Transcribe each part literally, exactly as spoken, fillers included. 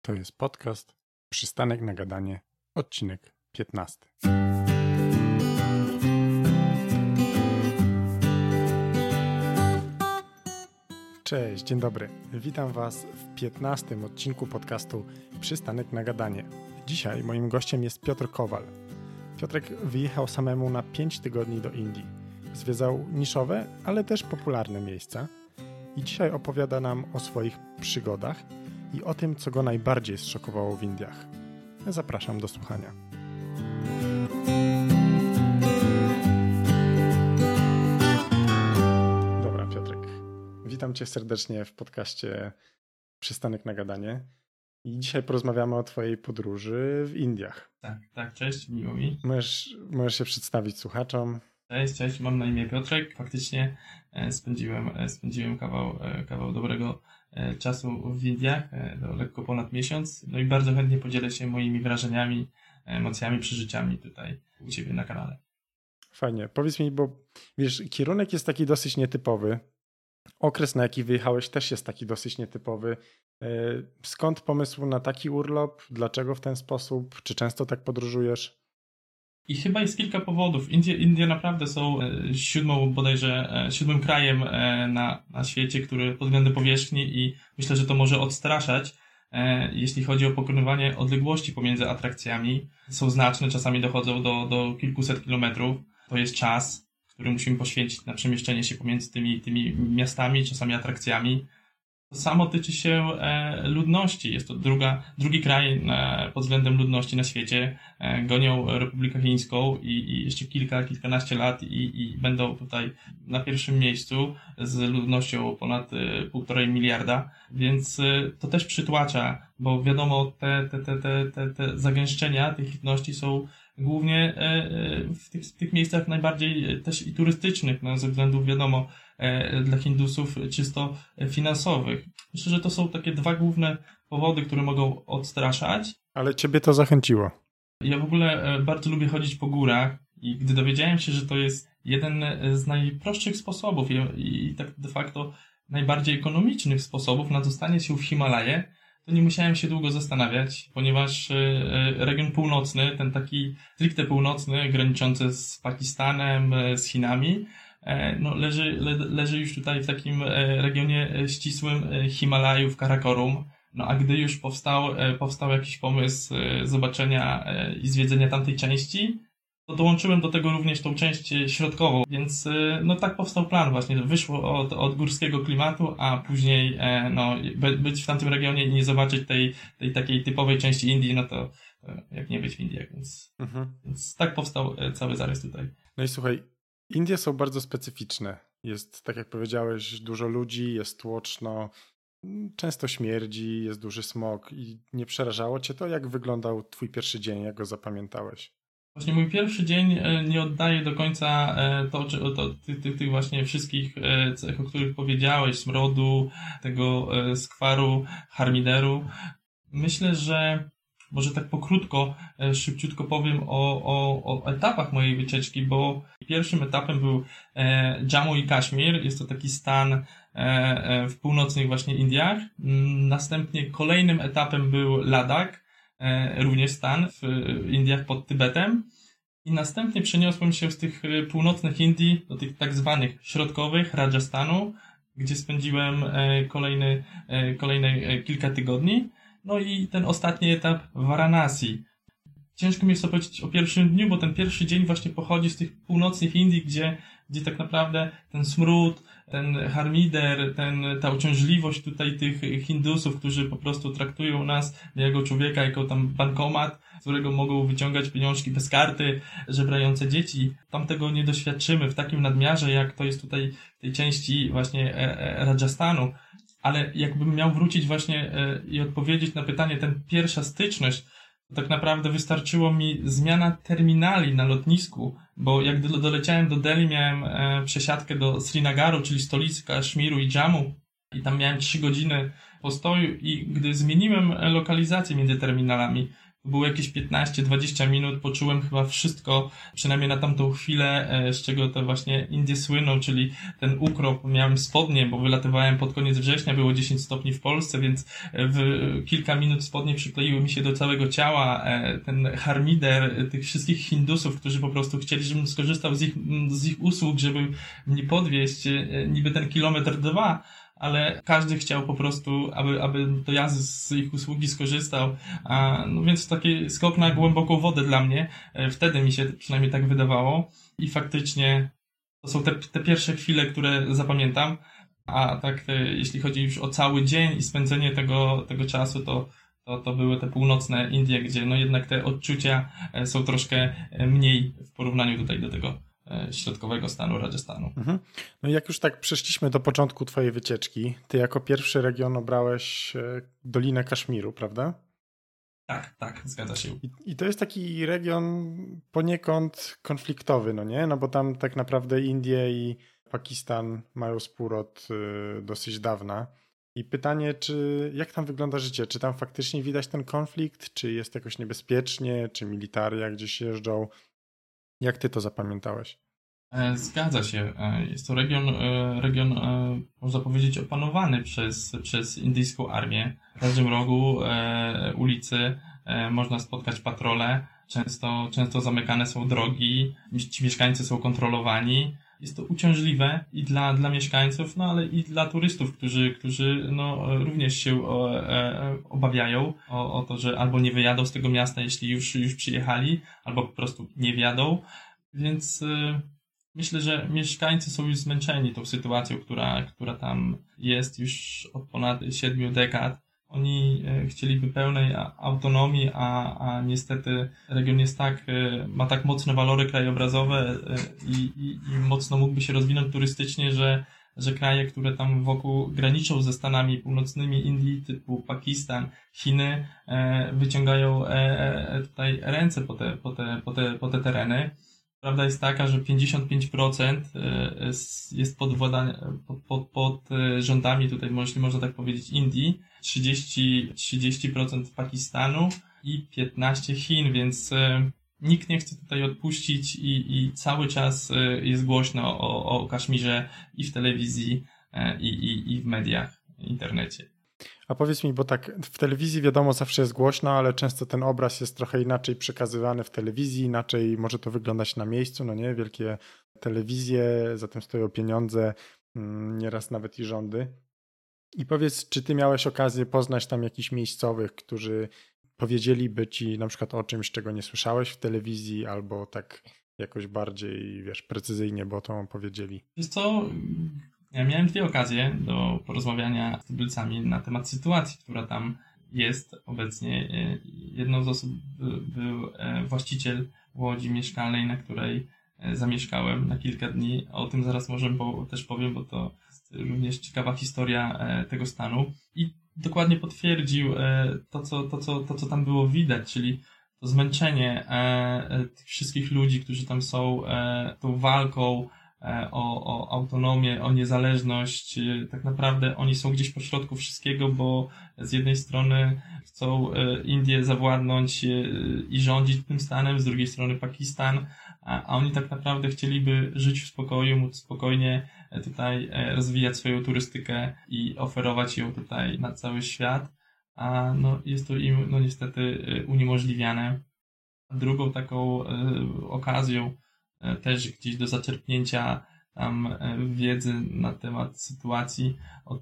To jest podcast Przystanek na gadanie, odcinek piętnasty. Cześć, dzień dobry. Witam Was w piętnastym odcinku podcastu Przystanek na gadanie. Dzisiaj moim gościem jest Piotr Kowal. Piotrek wyjechał samemu na pięć tygodni do Indii. Zwiedzał niszowe, ale też popularne miejsca i dzisiaj opowiada nam o swoich przygodach i o tym, co go najbardziej zszokowało w Indiach. Zapraszam do słuchania. Dobra, Piotrek. Witam Cię serdecznie w podcaście Przystanek na gadanie. I dzisiaj porozmawiamy o Twojej podróży w Indiach. Tak, tak, cześć, miło mi. Możesz, możesz się przedstawić słuchaczom. Cześć, cześć, mam na imię Piotrek. Faktycznie spędziłem, spędziłem kawał, kawał dobrego czasu w Indiach, lekko ponad miesiąc. No i bardzo chętnie podzielę się moimi wrażeniami, emocjami, przeżyciami tutaj u Ciebie na kanale. Fajnie. Powiedz mi, bo wiesz, kierunek jest taki dosyć nietypowy. Okres, na jaki wyjechałeś, też jest taki dosyć nietypowy. Skąd pomysł na taki urlop? Dlaczego w ten sposób? Czy często tak podróżujesz? I chyba jest kilka powodów. Indie, Indie naprawdę są siódmą, bodajże siódmym krajem na, na świecie, który pod względem powierzchni i myślę, że to może odstraszać, jeśli chodzi o pokonywanie odległości pomiędzy atrakcjami. Są znaczne, czasami dochodzą do, do kilkuset kilometrów. To jest czas, który musimy poświęcić na przemieszczenie się pomiędzy tymi, tymi miastami, czasami atrakcjami. To samo tyczy się e, ludności. Jest to druga, drugi kraj e, pod względem ludności na świecie. E, gonią Republikę Chińską i, i jeszcze kilka, kilkanaście lat i, i będą tutaj na pierwszym miejscu z ludnością ponad e, półtorej miliarda. Więc e, to też przytłacza, bo wiadomo, te, te, te, te, te, te zagęszczenia tych ludności są głównie w tych, w tych miejscach najbardziej też i turystycznych, no, ze względów, wiadomo, dla Hindusów czysto finansowych. Myślę, że to są takie dwa główne powody, które mogą odstraszać. Ale Ciebie to zachęciło. Ja w ogóle bardzo lubię chodzić po górach i gdy dowiedziałem się, że to jest jeden z najprostszych sposobów i, i tak de facto najbardziej ekonomicznych sposobów na dostanie się w Himalaje, to nie musiałem się długo zastanawiać, ponieważ region północny, ten taki stricte północny, graniczący z Pakistanem, z Chinami, no leży, le, leży już tutaj w takim regionie ścisłym Himalajów, Karakorum. No a gdy już powstał, powstał jakiś pomysł zobaczenia i zwiedzenia tamtej części, to dołączyłem do tego również tą część środkową, więc no tak powstał plan właśnie. Wyszło od, od górskiego klimatu, a później no, być w tamtym regionie i nie zobaczyć tej, tej takiej typowej części Indii, no to jak nie być w Indiach, więc, mhm. więc tak powstał cały zarys tutaj. No i słuchaj, Indie są bardzo specyficzne. Jest, tak jak powiedziałeś, dużo ludzi, jest tłoczno, często śmierdzi, jest duży smog i nie przerażało Cię to? Jak wyglądał Twój pierwszy dzień, jak go zapamiętałeś? Właśnie mój pierwszy dzień nie oddaje do końca to, to, tych, tych, tych właśnie wszystkich cech, o których powiedziałeś, smrodu, tego skwaru, harmideru. Myślę, że może tak pokrótko, szybciutko powiem o, o, o etapach mojej wycieczki, bo pierwszym etapem był Jammu i Kaszmir. Jest to taki stan w północnych właśnie Indiach. Następnie kolejnym etapem był Ladakh, również stan w Indiach pod Tybetem. I następnie przeniosłem się z tych północnych Indii do tych tak zwanych środkowych, Rajasthanu, gdzie spędziłem kolejny, kolejne kilka tygodni. No i ten ostatni etap w Varanasi. Ciężko mi jest opowiedzieć o pierwszym dniu, bo ten pierwszy dzień właśnie pochodzi z tych północnych Indii, gdzie, gdzie tak naprawdę ten smród, ten harmider, ten, ta uciążliwość tutaj tych Hindusów, którzy po prostu traktują nas jako człowieka, jako tam bankomat, z którego mogą wyciągać pieniążki bez karty, żebrające dzieci. Tam tego nie doświadczymy w takim nadmiarze, jak to jest tutaj w tej części właśnie Rajasthanu. Ale jakbym miał wrócić właśnie i odpowiedzieć na pytanie, ten pierwsza styczność, to tak naprawdę wystarczyło mi zmiana terminali na lotnisku, bo jak doleciałem do Delhi, miałem przesiadkę do Srinagaru, czyli stolicy Kaszmiru i Jammu i tam miałem trzy godziny postoju i gdy zmieniłem lokalizację między terminalami, To było jakieś piętnaście dwadzieścia minut, poczułem chyba wszystko, przynajmniej na tamtą chwilę, z czego to właśnie Indie słyną, czyli ten ukrop, miałem spodnie, bo wylatywałem pod koniec września, było dziesięć stopni w Polsce, więc w kilka minut spodnie przykleiły mi się do całego ciała, ten harmider tych wszystkich Hindusów, którzy po prostu chcieli, żebym skorzystał z ich, z ich usług, żeby mnie podwieźć, niby ten kilometr dwa, ale każdy chciał po prostu, aby, aby to ja z, z ich usługi skorzystał. A, no więc taki skok na głęboką wodę dla mnie. Wtedy mi się przynajmniej tak wydawało. I faktycznie to są te, te pierwsze chwile, które zapamiętam. A tak, te, jeśli chodzi już o cały dzień i spędzenie tego, tego czasu, to, to, to były te północne Indie, gdzie no jednak te odczucia są troszkę mniej w porównaniu tutaj do tego środkowego stanu Rajasthanu. Mhm. No i jak już tak przeszliśmy do początku twojej wycieczki, ty jako pierwszy region obrałeś Dolinę Kaszmiru, prawda? Tak, tak, zgadza się. I, I to jest taki region poniekąd konfliktowy, no nie? No bo tam tak naprawdę Indie i Pakistan mają spór od y, dosyć dawna. I pytanie, czy jak tam wygląda życie? Czy tam faktycznie widać ten konflikt? Czy jest jakoś niebezpiecznie? Czy militaria gdzieś jeżdżą? Jak ty to zapamiętałeś? Zgadza się. Jest to region, region można powiedzieć, opanowany przez, przez indyjską armię. W każdym rogu ulicy można spotkać patrole. Często, często zamykane są drogi. Ci mieszkańcy są kontrolowani. Jest to uciążliwe i dla, dla mieszkańców, no ale i dla turystów, którzy, którzy no, również się o, e, obawiają o, o to, że albo nie wyjadą z tego miasta, jeśli już, już przyjechali, albo po prostu nie wjadą. Więc y, myślę, że mieszkańcy są już zmęczeni tą sytuacją, która, która tam jest już od ponad siedmiu dekad. Oni chcieliby pełnej autonomii, a, a niestety region jest tak, ma tak mocne walory krajobrazowe i, i, i mocno mógłby się rozwinąć turystycznie, że, że kraje, które tam wokół graniczą ze Stanami Północnymi Indii, typu Pakistan, Chiny, wyciągają tutaj ręce po te, po te, po te, po te tereny. Prawda jest taka, że pięćdziesiąt pięć procent jest pod, pod, pod, pod rządami tutaj, jeśli można tak powiedzieć, Indii, trzydzieści procent Pakistanu i piętnaście procent Chin, więc nikt nie chce tutaj odpuścić i, i cały czas jest głośno o, o Kaszmirze i w telewizji, i, i, i w mediach, w internecie. A powiedz mi, bo tak w telewizji wiadomo zawsze jest głośno, ale często ten obraz jest trochę inaczej przekazywany w telewizji, inaczej może to wyglądać na miejscu, no nie? Wielkie telewizje, za tym stoją pieniądze, nieraz nawet i rządy. I powiedz, czy ty miałeś okazję poznać tam jakichś miejscowych, którzy powiedzieliby ci na przykład o czymś, czego nie słyszałeś w telewizji, albo tak jakoś bardziej, wiesz, precyzyjnie, bo to powiedzieli? Wiesz co, ja miałem dwie okazje do porozmawiania z tubylcami na temat sytuacji, która tam jest obecnie. Jedną z osób był właściciel łodzi mieszkalnej, na której zamieszkałem na kilka dni. O tym zaraz może też powiem, bo to jest również ciekawa historia tego stanu. I dokładnie potwierdził to, co, to, co, to, co tam było widać, czyli to zmęczenie tych wszystkich ludzi, którzy tam są, tą walką o, o autonomię, o niezależność. Tak naprawdę oni są gdzieś pośrodku wszystkiego, bo z jednej strony chcą Indię zawładnąć i rządzić tym stanem, z drugiej strony Pakistan, a oni tak naprawdę chcieliby żyć w spokoju, móc spokojnie tutaj rozwijać swoją turystykę i oferować ją tutaj na cały świat, a no jest to im no niestety uniemożliwiane. Drugą taką okazją też gdzieś do zaczerpnięcia tam wiedzy na temat sytuacji od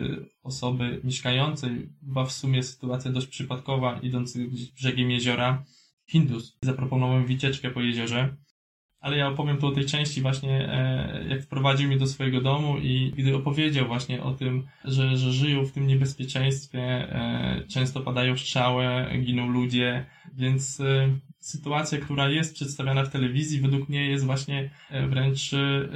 osoby mieszkającej, była w sumie sytuacja dość przypadkowa, idący gdzieś brzegiem jeziora, Hindus. Zaproponował mi wycieczkę po jeziorze, ale ja opowiem tu o tej części właśnie, jak wprowadził mnie do swojego domu i gdy opowiedział właśnie o tym, że, że żyją w tym niebezpieczeństwie, często padają strzały, giną ludzie, więc sytuacja, która jest przedstawiana w telewizji, według mnie jest właśnie wręcz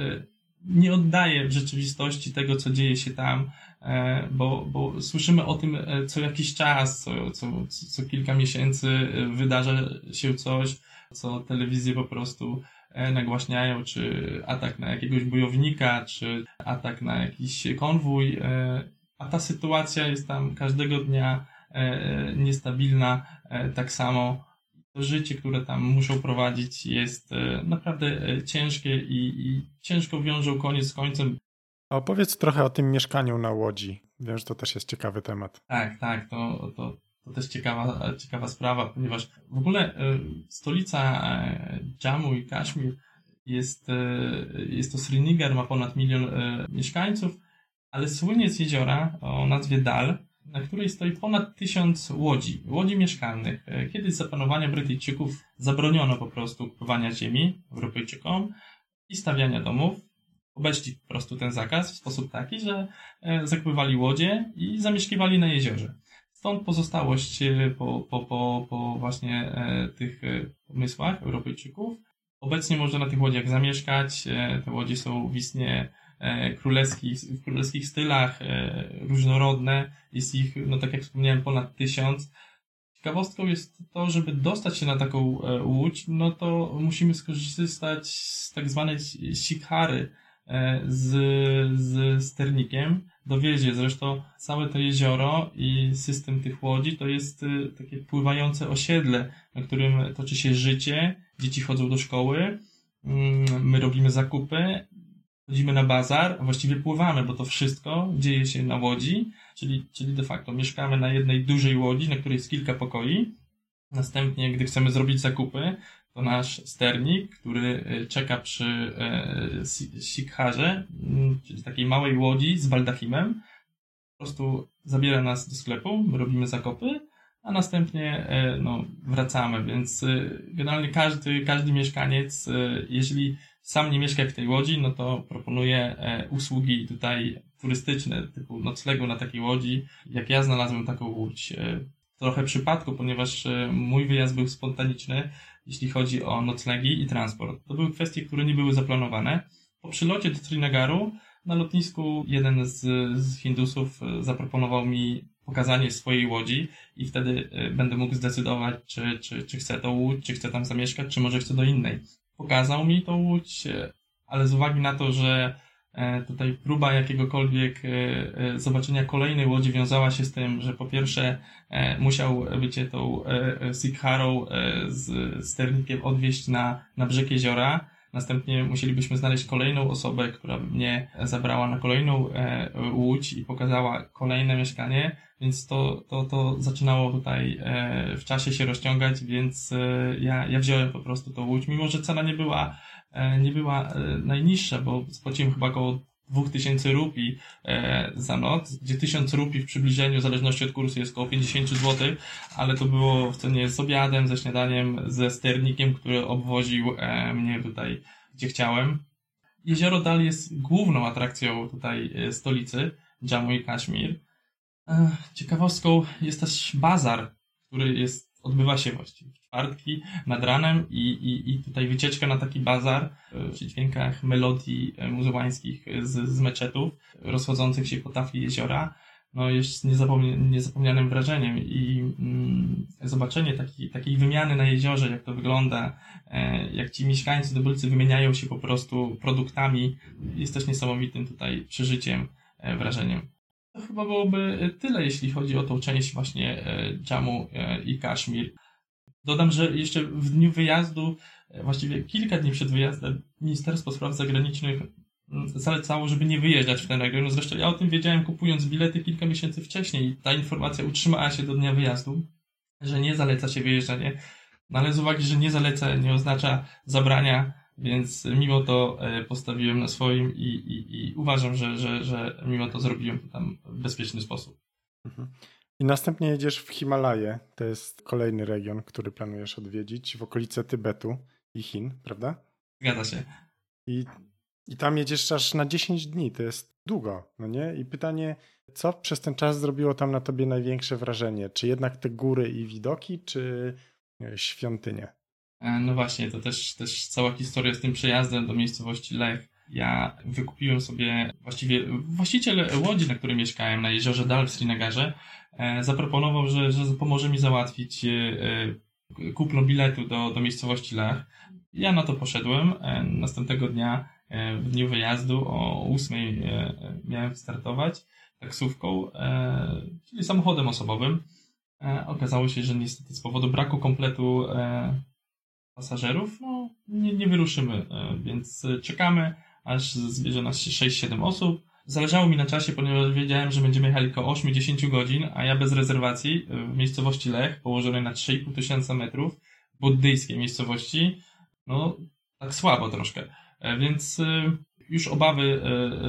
nie oddaje w rzeczywistości tego, co dzieje się tam, bo, bo słyszymy o tym co jakiś czas, co, co, co kilka miesięcy wydarza się coś, co telewizje po prostu nagłaśniają, czy atak na jakiegoś bojownika, czy atak na jakiś konwój, a ta sytuacja jest tam każdego dnia niestabilna, tak samo to życie, które tam muszą prowadzić, jest naprawdę ciężkie i, i ciężko wiążą koniec z końcem. Opowiedz trochę o tym mieszkaniu na Łodzi. Wiem, że to też jest ciekawy temat. Tak, tak, to, to, to też ciekawa, ciekawa sprawa, ponieważ w ogóle stolica Dżammu i Kaszmir jest, jest to Srinagar, ma ponad milion mieszkańców, ale słynie z jeziora o nazwie Dal, na której stoi ponad tysiąc łodzi, łodzi mieszkalnych. Kiedyś za panowania Brytyjczyków zabroniono po prostu kupowania ziemi Europejczykom i stawiania domów. Obeszli po prostu ten zakaz w sposób taki, że zakupywali łodzie i zamieszkiwali na jeziorze. Stąd pozostałość po, po, po, po właśnie tych pomysłach Europejczyków. Obecnie można na tych łodziach zamieszkać. Te łodzie są w istnie królewskich, w królewskich stylach, różnorodne. Jest ich, no tak jak wspomniałem, ponad tysiąc. Ciekawostką jest to, żeby dostać się na taką łódź, no to musimy skorzystać z tak zwanej sikhary, z, z sternikiem. Dowiezie zresztą całe to jezioro i system tych łodzi to jest takie pływające osiedle, na którym toczy się życie. Dzieci chodzą do szkoły, my robimy zakupy, chodzimy na bazar, a właściwie pływamy, bo to wszystko dzieje się na łodzi, czyli, czyli de facto mieszkamy na jednej dużej łodzi, na której jest kilka pokoi. Następnie, gdy chcemy zrobić zakupy, to nasz sternik, który czeka przy e, sikharze, czyli takiej małej łodzi z baldachimem, po prostu zabiera nas do sklepu, my robimy zakupy, a następnie e, no, wracamy, więc e, generalnie każdy, każdy mieszkaniec, e, jeżeli sam nie mieszka w tej łodzi, no to proponuje e, usługi tutaj turystyczne, typu noclegu na takiej łodzi. Jak ja znalazłem taką łódź, e, trochę przypadku, ponieważ e, mój wyjazd był spontaniczny, jeśli chodzi o noclegi i transport. To były kwestie, które nie były zaplanowane. Po przylocie do Srinagaru na lotnisku jeden z, z Hindusów zaproponował mi pokazanie swojej łodzi i wtedy będę mógł zdecydować, czy, czy, czy chcę tą łódź, czy chcę tam zamieszkać, czy może chcę do innej. Pokazał mi tą łódź, ale z uwagi na to, że tutaj próba jakiegokolwiek zobaczenia kolejnej łodzi wiązała się z tym, że po pierwsze musiał być tą sikharą z sternikiem odwieźć na, na brzeg jeziora. Następnie musielibyśmy znaleźć kolejną osobę, która by mnie zabrała na kolejną łódź i pokazała kolejne mieszkanie, więc to, to, to zaczynało tutaj w czasie się rozciągać, więc ja, ja wziąłem po prostu tą łódź, mimo że cena nie była nie była najniższa, bo spłaciłem chyba około dwa tysiące rupii za noc, gdzie tysiąc rupii w przybliżeniu, w zależności od kursu, jest około pięćdziesiąt złotych, ale to było w cenie z obiadem, ze śniadaniem, ze sternikiem, który obwoził mnie tutaj, gdzie chciałem. Jezioro Dal jest główną atrakcją tutaj stolicy, Dżammu i Kaszmir. Ciekawostką jest też bazar, który jest odbywa się właściwie w czwartki nad ranem i, i, i tutaj wycieczka na taki bazar przy dźwiękach melodii muzułmańskich z, z meczetów rozchodzących się po tafli jeziora no jest niezapomnia, niezapomnianym wrażeniem i mm, zobaczenie taki, takiej wymiany na jeziorze, jak to wygląda, e, jak ci mieszkańcy, zdobywcy wymieniają się po prostu produktami, jest też niesamowitym tutaj przeżyciem, e, wrażeniem. To chyba byłoby tyle, jeśli chodzi o tą część właśnie Dżammu i Kaszmir. Dodam, że jeszcze w dniu wyjazdu, właściwie kilka dni przed wyjazdem, Ministerstwo Spraw Zagranicznych zalecało, żeby nie wyjeżdżać w ten region. Zresztą ja o tym wiedziałem, kupując bilety kilka miesięcy wcześniej i ta informacja utrzymała się do dnia wyjazdu, że nie zaleca się wyjeżdżanie. No ale z uwagi, że nie zaleca, nie oznacza zabrania, więc mimo to postawiłem na swoim i, i, i uważam, że, że, że mimo to zrobiłem to tam w bezpieczny sposób. Mhm. I następnie jedziesz w Himalaje. To jest kolejny region, który planujesz odwiedzić, w okolice Tybetu i Chin, prawda? Zgadza się. I, i tam jedziesz aż na dziesięć dni. To jest długo, no nie? I pytanie, co przez ten czas zrobiło tam na tobie największe wrażenie? Czy jednak te góry i widoki, czy świątynie? No właśnie, to też, też cała historia z tym przejazdem do miejscowości Leh. Ja wykupiłem sobie, właściwie właściciel łodzi, na której mieszkałem, na jeziorze Dal w Srinagarze, zaproponował, że, że pomoże mi załatwić kupno biletu do, do miejscowości Leh. Ja na to poszedłem. Następnego dnia, w dniu wyjazdu o ósmej miałem startować taksówką, czyli samochodem osobowym. Okazało się, że niestety z powodu braku kompletu pasażerów no, nie, nie wyruszymy, więc czekamy, aż zbierze nas sześć siedem osób. Zależało mi na czasie, ponieważ wiedziałem, że będziemy jechali około osiem do dziesięciu godzin, a ja bez rezerwacji w miejscowości Lech, położonej na trzy i pół tysiąca metrów, buddyjskiej miejscowości, no tak słabo troszkę. Więc już obawy,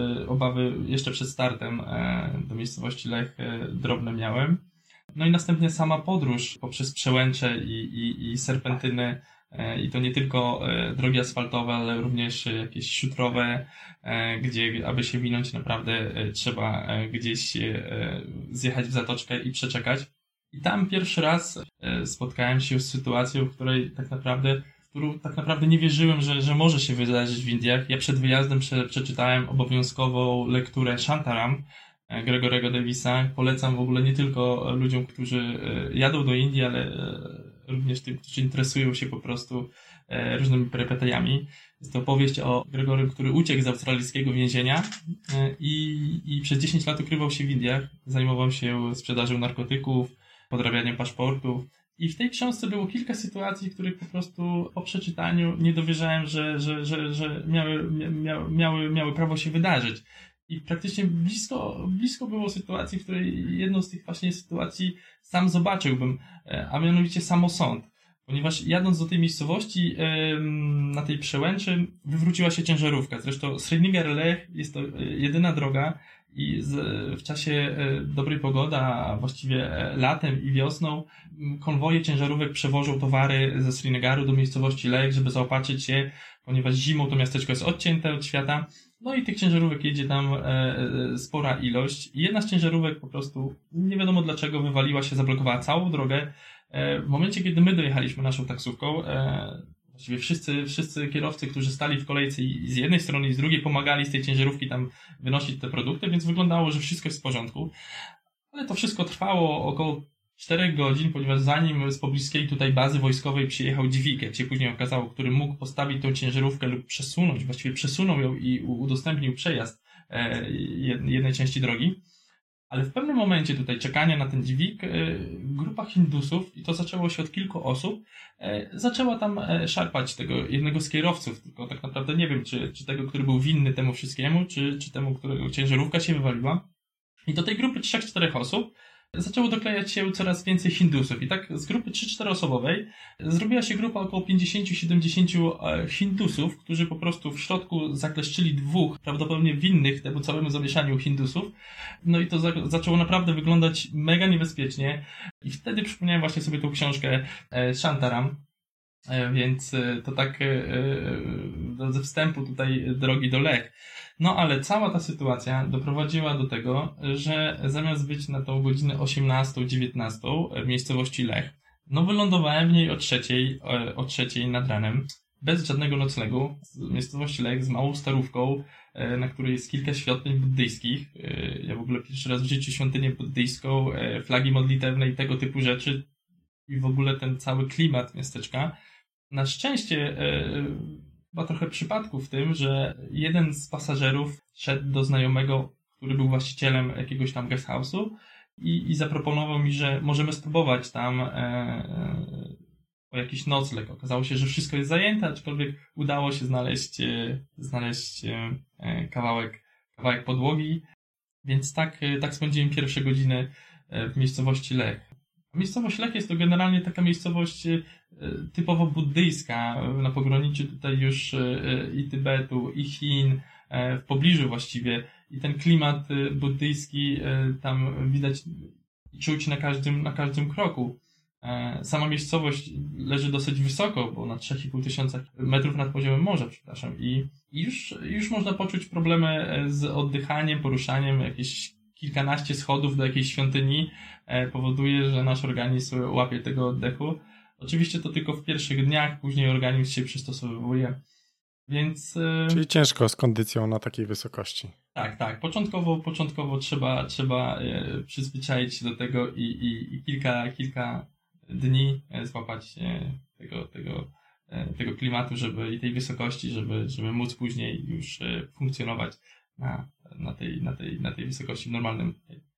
obawy jeszcze przed startem do miejscowości Lech drobne miałem. No i następnie sama podróż poprzez przełęcze i, i, i serpentyny, i to nie tylko drogi asfaltowe, ale również jakieś szutrowe, gdzie aby się winąć naprawdę trzeba gdzieś zjechać w zatoczkę i przeczekać. I tam pierwszy raz spotkałem się z sytuacją, w której tak naprawdę, w którą tak naprawdę nie wierzyłem, że, że może się wydarzyć w Indiach. Ja przed wyjazdem prze, przeczytałem obowiązkową lekturę Shantaram Gregorego Davisa. Polecam w ogóle nie tylko ludziom, którzy jadą do Indii, ale również tym, którzy interesują się po prostu różnymi perypetiami. Jest to opowieść o Gregorym, który uciekł z australijskiego więzienia i, i przez dziesięć lat ukrywał się w Indiach. Zajmował się sprzedażą narkotyków, podrabianiem paszportów. I w tej książce było kilka sytuacji, których po prostu po przeczytaniu nie dowierzałem, że, że, że, że miały, miały, miały, miały prawo się wydarzyć. I praktycznie blisko, blisko było sytuacji, w której jedną z tych właśnie sytuacji sam zobaczyłbym, a mianowicie samosąd. Ponieważ jadąc do tej miejscowości, na tej przełęczy, wywróciła się ciężarówka. Zresztą Srinagar-Leh jest to jedyna droga i z, w czasie dobrej pogody, a właściwie latem i wiosną, konwoje ciężarówek przewożą towary ze Srinagaru do miejscowości Leh, żeby zaopatrzyć się, ponieważ zimą to miasteczko jest odcięte od świata. No i tych ciężarówek jedzie tam e, spora ilość. I jedna z ciężarówek po prostu, nie wiadomo dlaczego, wywaliła się, zablokowała całą drogę. E, w momencie, kiedy my dojechaliśmy naszą taksówką, e, właściwie wszyscy, wszyscy kierowcy, którzy stali w kolejce i z jednej strony i z drugiej pomagali z tej ciężarówki tam wynosić te produkty, więc wyglądało, że wszystko jest w porządku. Ale to wszystko trwało około czterech godzin, ponieważ zanim z pobliskiej tutaj bazy wojskowej przyjechał dźwig, jak się później okazało, który mógł postawić tą ciężarówkę lub przesunąć, właściwie przesunął ją i udostępnił przejazd jednej części drogi. Ale w pewnym momencie tutaj czekania na ten dźwig, grupa Hindusów, i to zaczęło się od kilku osób, zaczęła tam szarpać tego jednego z kierowców, tylko tak naprawdę nie wiem, czy, czy tego, który był winny temu wszystkiemu, czy, czy temu, którego ciężarówka się wywaliła. I do tej grupy trzech czterech osób zaczęło doklejać się coraz więcej Hindusów. I tak z grupy trzy cztery osobowej zrobiła się grupa około pięćdziesiąt do siedemdziesięciu Hindusów, którzy po prostu w środku zakleszczyli dwóch prawdopodobnie winnych temu całemu zamieszaniu Hindusów. No i to za- zaczęło naprawdę wyglądać mega niebezpiecznie. I wtedy przypomniałem właśnie sobie tą książkę Shantaram. Więc to tak ze wstępu tutaj drogi do Lech. No ale cała ta sytuacja doprowadziła do tego, że zamiast być na tą godzinę osiemnastą dziewiętnastą w miejscowości Lech, no wylądowałem w niej o trzeciej, o trzeciej nad ranem, bez żadnego noclegu, z miejscowości Lech, z małą starówką, na której jest kilka świątyń buddyjskich. Ja w ogóle pierwszy raz w życiu świątynię buddyjską, flagi modlitewne i tego typu rzeczy i w ogóle ten cały klimat miasteczka. Na szczęście chyba trochę przypadku w tym, że jeden z pasażerów szedł do znajomego, który był właścicielem jakiegoś tam guest house'u i, i zaproponował mi, że możemy spróbować tam e, e, o jakiś nocleg. Okazało się, że wszystko jest zajęte, aczkolwiek udało się znaleźć, e, znaleźć e, kawałek, kawałek podłogi, więc tak, tak spędziłem pierwsze godziny w miejscowości Lech. Miejscowość Lech jest to generalnie taka miejscowość typowo buddyjska, na pograniczu tutaj już i Tybetu, i Chin, w pobliżu właściwie. I ten klimat buddyjski tam widać i czuć na każdym, na każdym kroku. Sama miejscowość leży dosyć wysoko, bo na trzy i pół tysiąca metrów nad poziomem morza, przepraszam. I już, już można poczuć problemy z oddychaniem, poruszaniem, jakieś kilkanaście schodów do jakiejś świątyni powoduje, że nasz organizm łapie tego oddechu. Oczywiście to tylko w pierwszych dniach, później organizm się przystosowuje, więc... Czyli ciężko z kondycją na takiej wysokości. Tak, tak. Początkowo, początkowo trzeba, trzeba przyzwyczaić się do tego i, i, i kilka, kilka dni złapać tego, tego, tego klimatu, żeby i tej wysokości, żeby, żeby móc później już funkcjonować na, na, tej, na, tej, na tej wysokości w normalnym.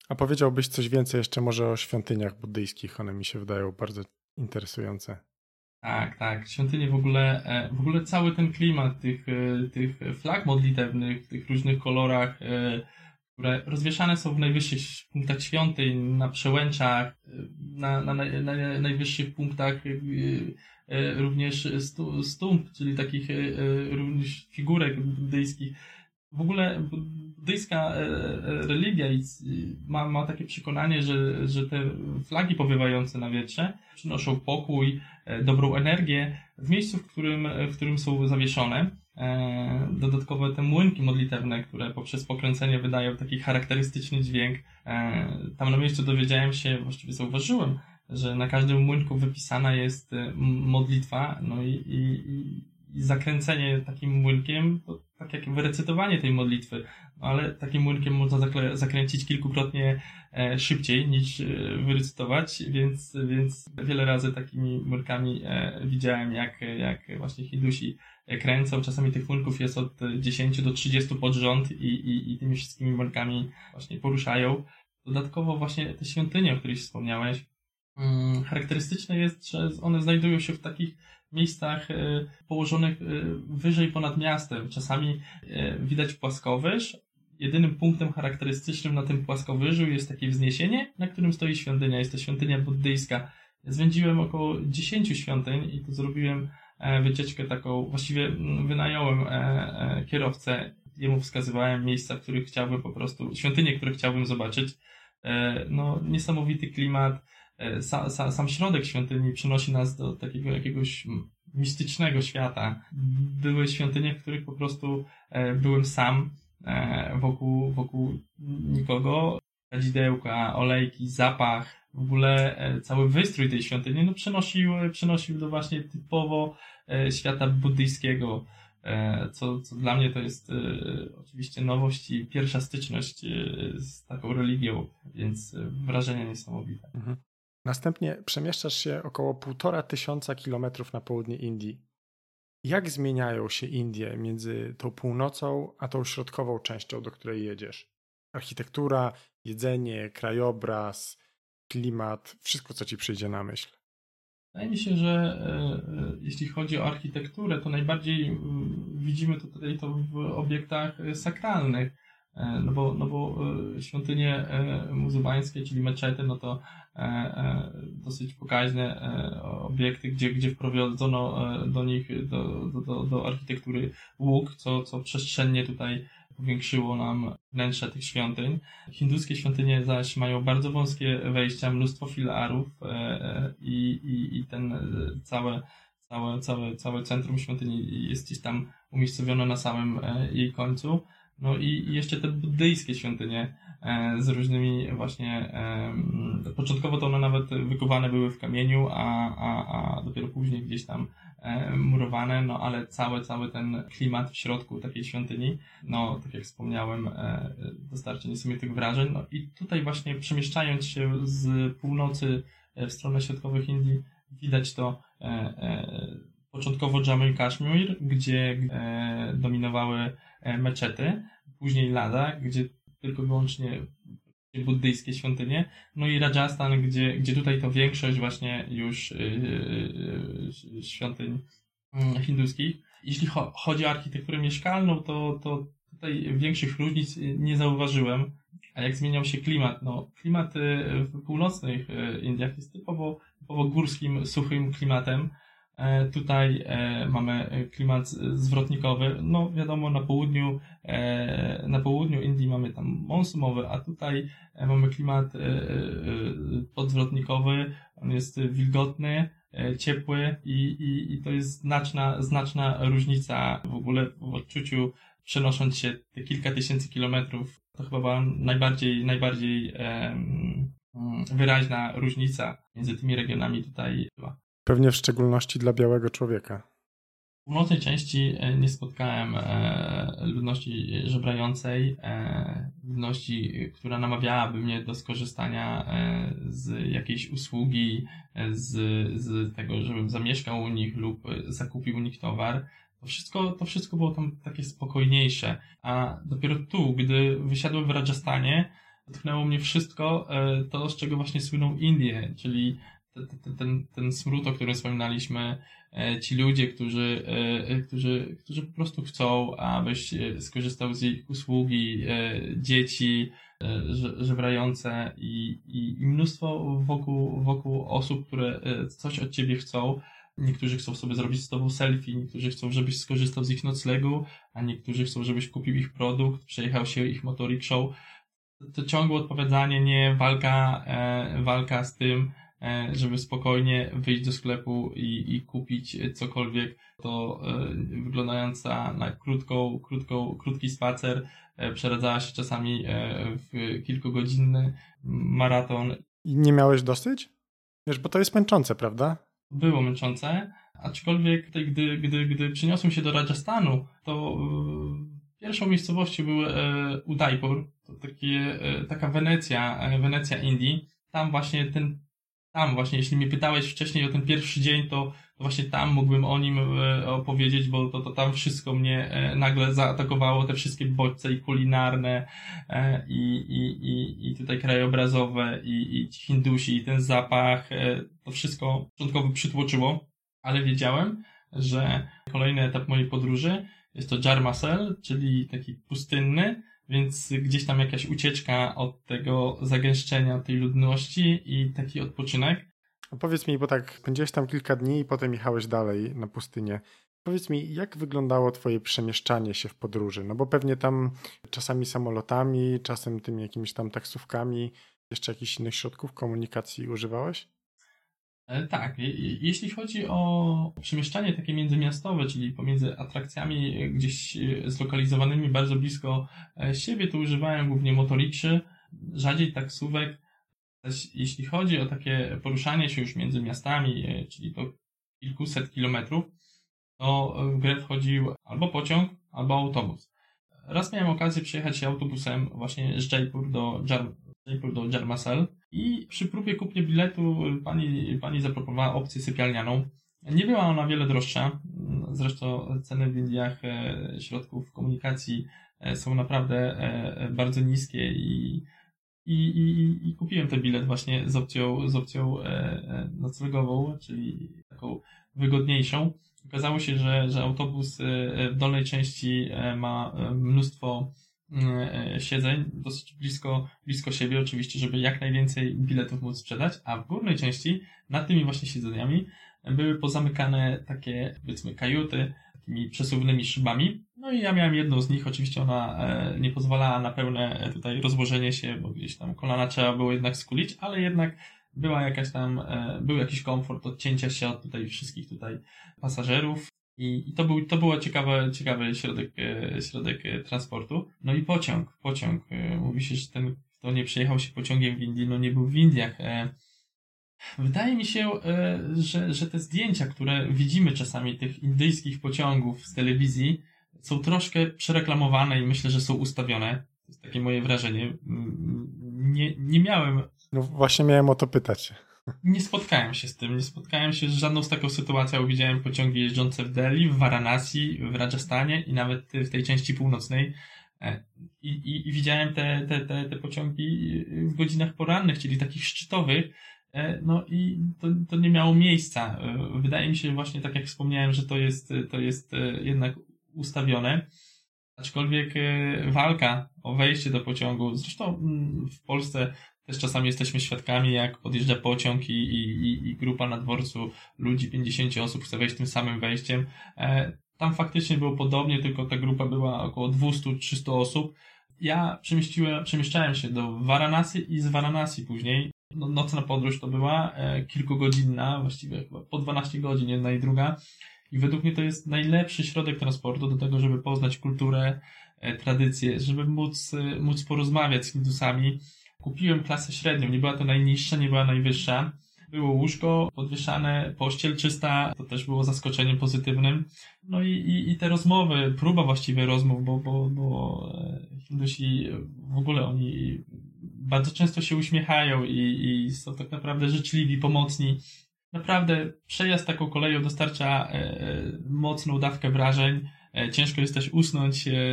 A powiedziałbyś coś więcej jeszcze może o świątyniach buddyjskich? One mi się wydają bardzo interesujące. Tak, tak. Świątynie w ogóle, w ogóle cały ten klimat tych, tych flag modlitewnych, w tych różnych kolorach, które rozwieszane są w najwyższych punktach świątyń, na przełęczach, na, na, na, na najwyższych punktach również stump, czyli takich również figurek buddyjskich. W ogóle buddyjska religia ma, ma takie przekonanie, że, że te flagi powiewające na wietrze przynoszą pokój, dobrą energię w miejscu, w którym, w którym są zawieszone. Dodatkowo te młynki modlitewne, które poprzez pokręcenie wydają taki charakterystyczny dźwięk. Tam na miejscu dowiedziałem się, właściwie zauważyłem, że na każdym młynku wypisana jest modlitwa, no i, i, i zakręcenie takim młynkiem to tak jak wyrecytowanie tej modlitwy, no ale takim młynkiem można zakle- zakręcić kilkukrotnie e, szybciej niż e, wyrecytować, więc, więc wiele razy takimi młynkami e, widziałem, jak, jak właśnie Hindusi kręcą. Czasami tych młynków jest od dziesięciu do trzydziestu pod rząd i, i, i tymi wszystkimi młynkami właśnie poruszają. Dodatkowo właśnie te świątynie, o których wspomniałeś, hmm, charakterystyczne jest, że one znajdują się w takich miejscach y, położonych y, wyżej ponad miastem. Czasami y, widać płaskowyż. Jedynym punktem charakterystycznym na tym płaskowyżu jest takie wzniesienie, na którym stoi świątynia. Jest to świątynia buddyjska. Zwiedziłem około dziesięciu świątyń i tu zrobiłem e, wycieczkę taką, właściwie wynająłem e, e, kierowcę. Jemu wskazywałem miejsca, w których chciałbym po prostu, świątynie, które chciałbym zobaczyć. E, no, niesamowity klimat. Sa, sa, sam środek świątyni przynosi nas do takiego jakiegoś mistycznego świata. Były świątynie, w których po prostu e, byłem sam, e, wokół, wokół nikogo. Kadzidełka, olejki, zapach, w ogóle e, cały wystrój tej świątyni no, przynosił, przynosił do właśnie typowo e, świata buddyjskiego, e, co, co dla mnie to jest e, oczywiście nowość i pierwsza styczność e, z taką religią, więc e, wrażenie niesamowite. Mhm. Następnie przemieszczasz się około półtora tysiąca kilometrów na południe Indii. Jak zmieniają się Indie między tą północą a tą środkową częścią, do której jedziesz? Architektura, jedzenie, krajobraz, klimat, wszystko, co ci przyjdzie na myśl. Wydaje mi się, że e, jeśli chodzi o architekturę, to najbardziej e, widzimy to tutaj to w obiektach sakralnych. No bo, no bo świątynie muzułmańskie, czyli meczety, no to dosyć pokaźne obiekty, gdzie, gdzie wprowadzono do nich, do, do, do architektury łuk, co, co przestrzennie tutaj powiększyło nam wnętrze tych świątyń. Hinduskie świątynie zaś mają bardzo wąskie wejścia, mnóstwo filarów i, i, i ten całe, całe, całe, całe centrum świątyni jest gdzieś tam umiejscowione na samym jej końcu. No i jeszcze te buddyjskie świątynie e, z różnymi właśnie, e, początkowo to one nawet wykuwane były w kamieniu, a, a, a dopiero później gdzieś tam e, murowane, no ale cały, cały ten klimat w środku takiej świątyni, no tak jak wspomniałem, e, dostarczy niesamowitych wrażeń. No i tutaj właśnie przemieszczając się z północy w stronę środkowych Indii, widać to e, e, początkowo Jammu i Kaszmir, gdzie e, dominowały meczety, później Ladakh, gdzie tylko i wyłącznie buddyjskie świątynie, no i Rajasthan, gdzie, gdzie tutaj to większość właśnie już yy, yy, świątyń yy, hinduskich. Jeśli cho- chodzi o architekturę mieszkalną, to, to tutaj większych różnic nie zauważyłem. A jak zmieniał się klimat? No, klimat w północnych Indiach jest typowo, typowo górskim, suchym klimatem. Tutaj e, mamy klimat zwrotnikowy. No wiadomo, na południu e, na południu Indii mamy tam monsumowy, a tutaj e, mamy klimat e, e, podzwrotnikowy. On jest wilgotny, e, ciepły i, i, i to jest znaczna, znaczna różnica w ogóle w odczuciu, przenosząc się te kilka tysięcy kilometrów. To chyba była najbardziej, najbardziej e, wyraźna różnica między tymi regionami tutaj była. Pewnie w szczególności dla białego człowieka. W północnej części nie spotkałem ludności żebrającej, ludności, która namawiałaby mnie do skorzystania z jakiejś usługi, z, z tego, żebym zamieszkał u nich lub zakupił u nich towar. To wszystko, to wszystko było tam takie spokojniejsze. A dopiero tu, gdy wysiadłem w Rajasthanie, dotknęło mnie wszystko to, z czego właśnie słyną Indie, czyli ten, ten, ten smród, o którym wspominaliśmy, ci ludzie, którzy, którzy, którzy po prostu chcą, abyś skorzystał z ich usługi, dzieci żebrające i, i, i mnóstwo wokół, wokół osób, które coś od ciebie chcą. Niektórzy chcą sobie zrobić z tobą selfie, niektórzy chcą, żebyś skorzystał z ich noclegu, a niektórzy chcą, żebyś kupił ich produkt, przejechał się ich motorikszą. To ciągłe odpowiadanie, nie, walka, e, walka z tym, e, żeby spokojnie wyjść do sklepu i, i kupić cokolwiek, to e, wyglądająca na krótką, krótką, krótki spacer e, przeradzała się czasami e, w kilkugodzinny maraton. I nie miałeś dosyć? Wiesz, bo to jest męczące, prawda? Było męczące, aczkolwiek tutaj, gdy, gdy, gdy przeniosłem się do Rajasthanu, to e, pierwszą miejscowością był e, Udaipur, to takie, e, taka Wenecja, e, Wenecja Indii. Tam właśnie ten, tam właśnie, jeśli mnie pytałeś wcześniej o ten pierwszy dzień, to, to właśnie tam mógłbym o nim e, opowiedzieć, bo to, to tam wszystko mnie e, nagle zaatakowało, te wszystkie bodźce i kulinarne, e, i, i, i, i tutaj krajobrazowe, i, i ci Hindusi, i ten zapach, e, to wszystko początkowo przytłoczyło, ale wiedziałem, że kolejny etap mojej podróży jest to Jarmasel, czyli taki pustynny, więc gdzieś tam jakaś ucieczka od tego zagęszczenia, tej ludności i taki odpoczynek. A powiedz mi, bo tak spędziłeś tam kilka dni i potem jechałeś dalej na pustynię. Powiedz mi, jak wyglądało twoje przemieszczanie się w podróży? No bo pewnie tam czasami samolotami, czasem tymi jakimiś tam taksówkami, jeszcze jakichś innych środków komunikacji używałeś? Tak, jeśli chodzi o przemieszczanie takie międzymiastowe, czyli pomiędzy atrakcjami gdzieś zlokalizowanymi bardzo blisko siebie, to używałem głównie motorikszy, rzadziej taksówek. Jeśli chodzi o takie poruszanie się już między miastami, czyli to kilkuset kilometrów, to w grę wchodził albo pociąg, albo autobus. Raz miałem okazję przejechać się autobusem właśnie z Jaipur do, Jar, Jaipur do Jarmasel i przy próbie kupnie biletu pani, pani zaproponowała opcję sypialnianą. Nie była ona wiele droższa, zresztą ceny w Indiach środków komunikacji są naprawdę bardzo niskie i, i, i, i kupiłem ten bilet właśnie z opcją, z opcją noclegową, czyli taką wygodniejszą. Okazało się, że, że autobus w dolnej części ma mnóstwo siedzeń, dosyć blisko, blisko siebie oczywiście, żeby jak najwięcej biletów móc sprzedać, a w górnej części nad tymi właśnie siedzeniami były pozamykane takie, powiedzmy, kajuty takimi przesuwnymi szybami. No i ja miałem jedną z nich, oczywiście ona nie pozwalała na pełne tutaj rozłożenie się, bo gdzieś tam kolana trzeba było jednak skulić, ale jednak była jakaś tam, był jakiś komfort odcięcia się od tutaj wszystkich tutaj pasażerów i, i to był, to był ciekawy, ciekawy środek, środek transportu. No i pociąg, pociąg. Mówi się, że ten, kto nie przejechał się pociągiem w Indii, no nie był w Indiach. Wydaje mi się, że, że te zdjęcia, które widzimy czasami tych indyjskich pociągów z telewizji, są troszkę przereklamowane i myślę, że są ustawione. To jest takie moje wrażenie. Nie, nie miałem... No właśnie miałem o to pytać. Nie spotkałem się z tym. Nie spotkałem się z żadną z taką sytuacją. Widziałem pociągi jeżdżące w Delhi, w Varanasi, w Rajasthanie i nawet w tej części północnej. I, i, i widziałem te, te, te, te pociągi w godzinach porannych, czyli takich szczytowych. No i to, to nie miało miejsca. Wydaje mi się właśnie, tak jak wspomniałem, że to jest, to jest jednak ustawione. Aczkolwiek walka o wejście do pociągu, zresztą w Polsce też czasami jesteśmy świadkami, jak podjeżdża pociąg i, i, i grupa na dworcu ludzi, pięćdziesiąt osób chce wejść tym samym wejściem. Tam faktycznie było podobnie, tylko ta grupa była około dwieście do trzystu osób. Ja przemieściłem, przemieszczałem się do Varanasi i z Varanasi później. No, nocna podróż to była e, kilkugodzinna, właściwie chyba po dwanaście godzin jedna i druga. I według mnie to jest najlepszy środek transportu do tego, żeby poznać kulturę, e, tradycje, żeby móc, e, móc porozmawiać z Hindusami. Kupiłem klasę średnią, nie była to najniższa, nie była najwyższa. Było łóżko podwieszane, pościel czysta, to też było zaskoczeniem pozytywnym. No i, i, i te rozmowy, próba właściwie rozmów, bo, bo, bo Hindusi w ogóle oni bardzo często się uśmiechają i, i są tak naprawdę życzliwi, pomocni. Naprawdę przejazd taką koleją dostarcza e, mocną dawkę wrażeń. E, ciężko jest też usnąć. E,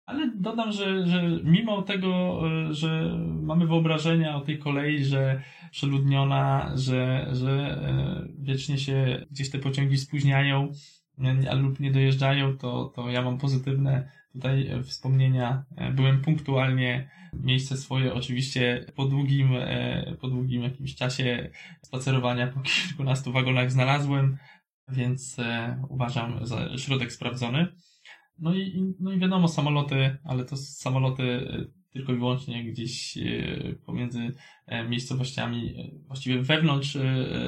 Ale dodam, że, że mimo tego, że mamy wyobrażenia o tej kolei, że przeludniona, że, że wiecznie się gdzieś te pociągi spóźniają lub nie dojeżdżają, to, to ja mam pozytywne tutaj wspomnienia. Byłem punktualnie, miejsce swoje oczywiście po długim, po długim jakimś czasie spacerowania po kilkunastu wagonach znalazłem, więc uważam za środek sprawdzony. No i, no i wiadomo, samoloty, ale to samoloty tylko i wyłącznie gdzieś pomiędzy miejscowościami, właściwie wewnątrz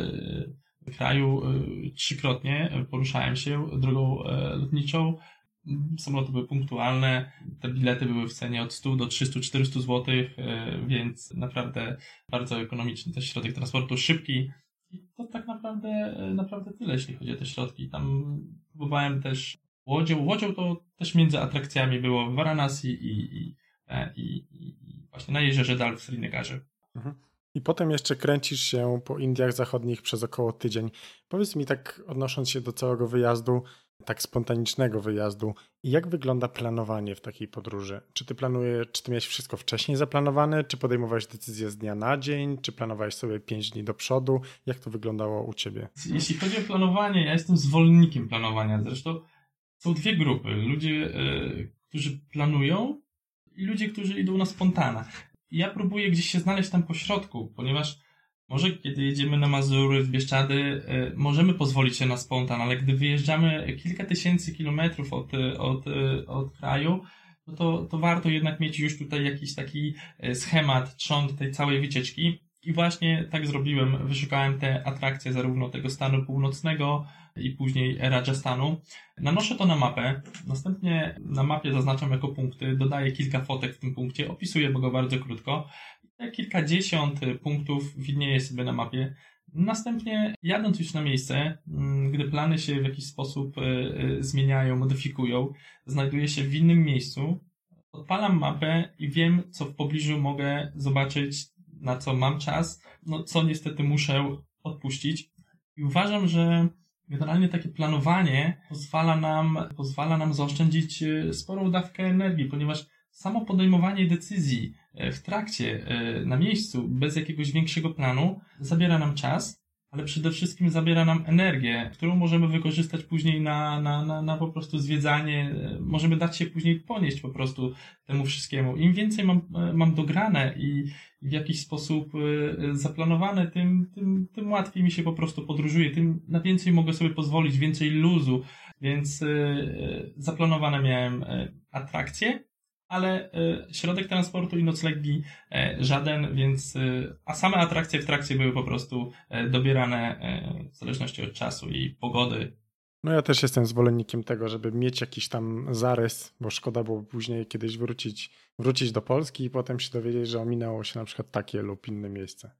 kraju trzykrotnie poruszałem się drogą lotniczą. Samoloty były punktualne, te bilety były w cenie od stu do trzystu czterystu złotych, więc naprawdę bardzo ekonomiczny też środek transportu, szybki. I to tak naprawdę, naprawdę tyle, jeśli chodzi o te środki. Tam próbowałem też łodzią. Łodzią to też między atrakcjami było w Varanasi i, i, i, i właśnie na jeziorze Dal w Srinagarze. Mhm. I potem jeszcze kręcisz się po Indiach Zachodnich przez około tydzień. Powiedz mi tak, odnosząc się do całego wyjazdu, tak spontanicznego wyjazdu, jak wygląda planowanie w takiej podróży? Czy ty planujesz, czy ty miałeś wszystko wcześniej zaplanowane, czy podejmowałeś decyzję z dnia na dzień, czy planowałeś sobie pięć dni do przodu? Jak to wyglądało u ciebie? Jeśli chodzi o planowanie, ja jestem zwolennikiem planowania. Zresztą są dwie grupy. Ludzie, yy, którzy planują i ludzie, którzy idą na spontana. Ja próbuję gdzieś się znaleźć tam po środku, ponieważ może kiedy jedziemy na Mazury, w Bieszczady, yy, możemy pozwolić się na spontan, ale gdy wyjeżdżamy kilka tysięcy kilometrów od, od, od kraju, no to, to warto jednak mieć już tutaj jakiś taki schemat, trząd tej całej wycieczki. I właśnie tak zrobiłem. Wyszukałem te atrakcje zarówno tego stanu północnego i później Rajasthanu. Nanoszę to na mapę. Następnie na mapie zaznaczam jako punkty. Dodaję kilka fotek w tym punkcie. Opisuję go bardzo krótko. Kilkadziesiąt punktów widnieje sobie na mapie. Następnie jadąc już na miejsce, gdy plany się w jakiś sposób zmieniają, modyfikują, znajduję się w innym miejscu, odpalam mapę i wiem, co w pobliżu mogę zobaczyć, na co mam czas, no co niestety muszę odpuścić. I uważam, że generalnie takie planowanie pozwala nam, pozwala nam zaoszczędzić sporą dawkę energii, ponieważ samo podejmowanie decyzji w trakcie, na miejscu, bez jakiegoś większego planu, zabiera nam czas, ale przede wszystkim zabiera nam energię, którą możemy wykorzystać później na, na, na, na po prostu zwiedzanie. Możemy dać się później ponieść po prostu temu wszystkiemu. Im więcej mam, mam dograne i w jakiś sposób zaplanowane, tym, tym, tym łatwiej mi się po prostu podróżuje, tym na więcej mogę sobie pozwolić, więcej luzu, więc zaplanowane miałem atrakcje, ale y, środek transportu i noclegi y, żaden, więc y, a same atrakcje w trakcie były po prostu y, dobierane y, w zależności od czasu i pogody. No ja też jestem zwolennikiem tego, żeby mieć jakiś tam zarys, bo szkoda było później kiedyś wrócić, wrócić do Polski i potem się dowiedzieć, że ominęło się na przykład takie lub inne miejsce.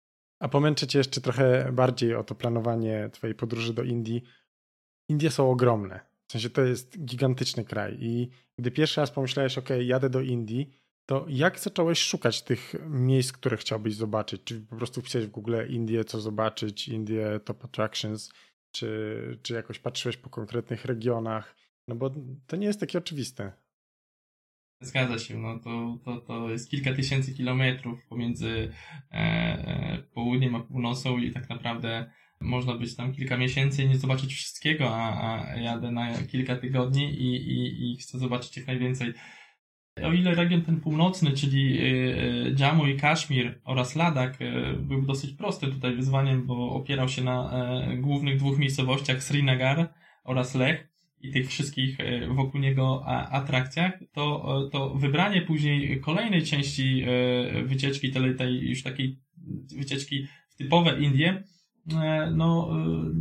A pomęczę cię jeszcze trochę bardziej o to planowanie twojej podróży do Indii. Indie są ogromne. W sensie to jest gigantyczny kraj i gdy pierwszy raz pomyślałeś, ok, jadę do Indii, to jak zacząłeś szukać tych miejsc, które chciałbyś zobaczyć? Czy po prostu wpisałeś w Google Indie, co zobaczyć, Indie Top Attractions, czy, czy jakoś patrzyłeś po konkretnych regionach? No bo to nie jest takie oczywiste. Zgadza się, no to, to, to jest kilka tysięcy kilometrów pomiędzy e, e, południem a północą i tak naprawdę można być tam kilka miesięcy i nie zobaczyć wszystkiego, a, a jadę na kilka tygodni i, i, i chcę zobaczyć jak najwięcej. O ile region ten północny, czyli Jammu i Kaszmir oraz Ladakh był dosyć prostym tutaj wyzwaniem, bo opierał się na głównych dwóch miejscowościach Srinagar oraz Leh i tych wszystkich wokół niego atrakcjach, to, to wybranie później kolejnej części wycieczki, tej, tej już takiej wycieczki w typowe Indie, no,